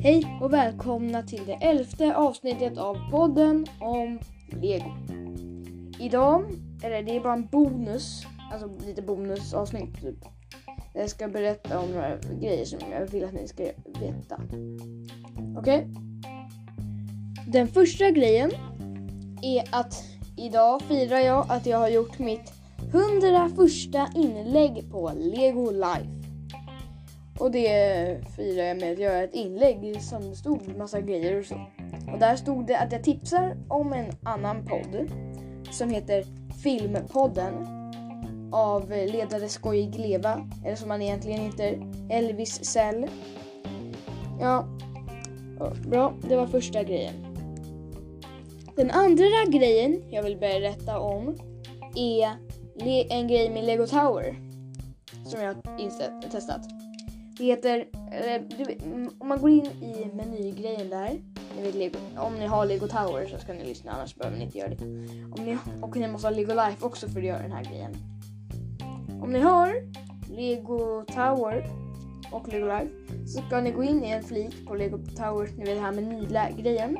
Hej och välkomna till det 11:e avsnittet av podden om Lego. Idag, det är bara en bonus, alltså lite bonusavsnitt typ. Jag ska berätta om några grejer som jag vill att ni ska veta. Okej? Den första grejen är att idag firar jag att jag har gjort mitt 101:a inlägg på Lego Life. Och det firar jag med att göra ett inlägg som det stod massa grejer och så. Och där stod det att jag tipsar om en annan podd som heter Filmpodden av ledare Skojig Leva, eller som han egentligen heter, Elvis Sell. Ja, bra, det var första grejen. Den andra grejen jag vill berätta om är en grej med Lego Tower som jag har testat. Det heter, om man går in i menygrejen där, om ni har Lego Tower så ska ni lyssna, annars behöver ni inte göra det. Och ni måste ha Lego Life också för att göra den här grejen. Om ni har Lego Tower och Lego Life så ska ni gå in i en flik på Lego Tower, ni vet den här menygrejen.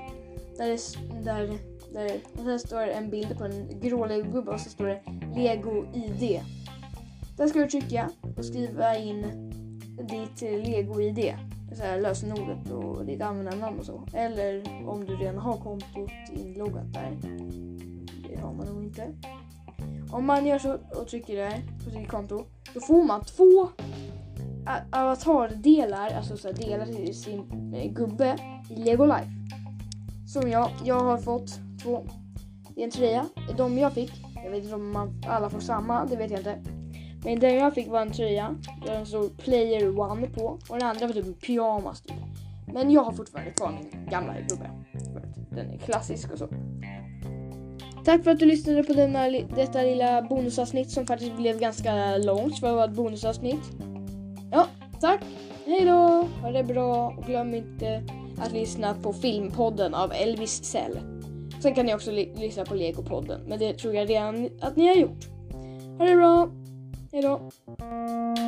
Och sen står det en bild på en grå Lego-gubbe och så står det Lego ID. Där ska du trycka och skriva in ditt Lego-ID, så här lösenordet och ditt användarnamn och så. Eller om du redan har kontot inloggat där. Det har man nog inte. Om man gör så och trycker där på sitt konto, då får man 2 avatardelar, alltså så här delar till sin gubbe i Lego Life. Som jag har fått 2. Det är en tröja. De jag fick, jag vet inte om alla får samma, det vet jag inte. Men den jag fick var en tröja där den stod Player One på. Och den andra var typ en pyjamas typ. Men jag har fortfarande kvar min gamla gubbe. Den är klassisk och så. Tack för att du lyssnade på detta lilla bonusavsnitt som faktiskt blev ganska långt för att vara ett bonusavsnitt. Ja, tack. Hej då. Ha det bra. Och glöm inte att lyssna på Filmpodden av Elvis Sell. Sen kan ni också lyssna på Lego-podden. Men det tror jag redan att ni har gjort. Ha det bra. Hej då.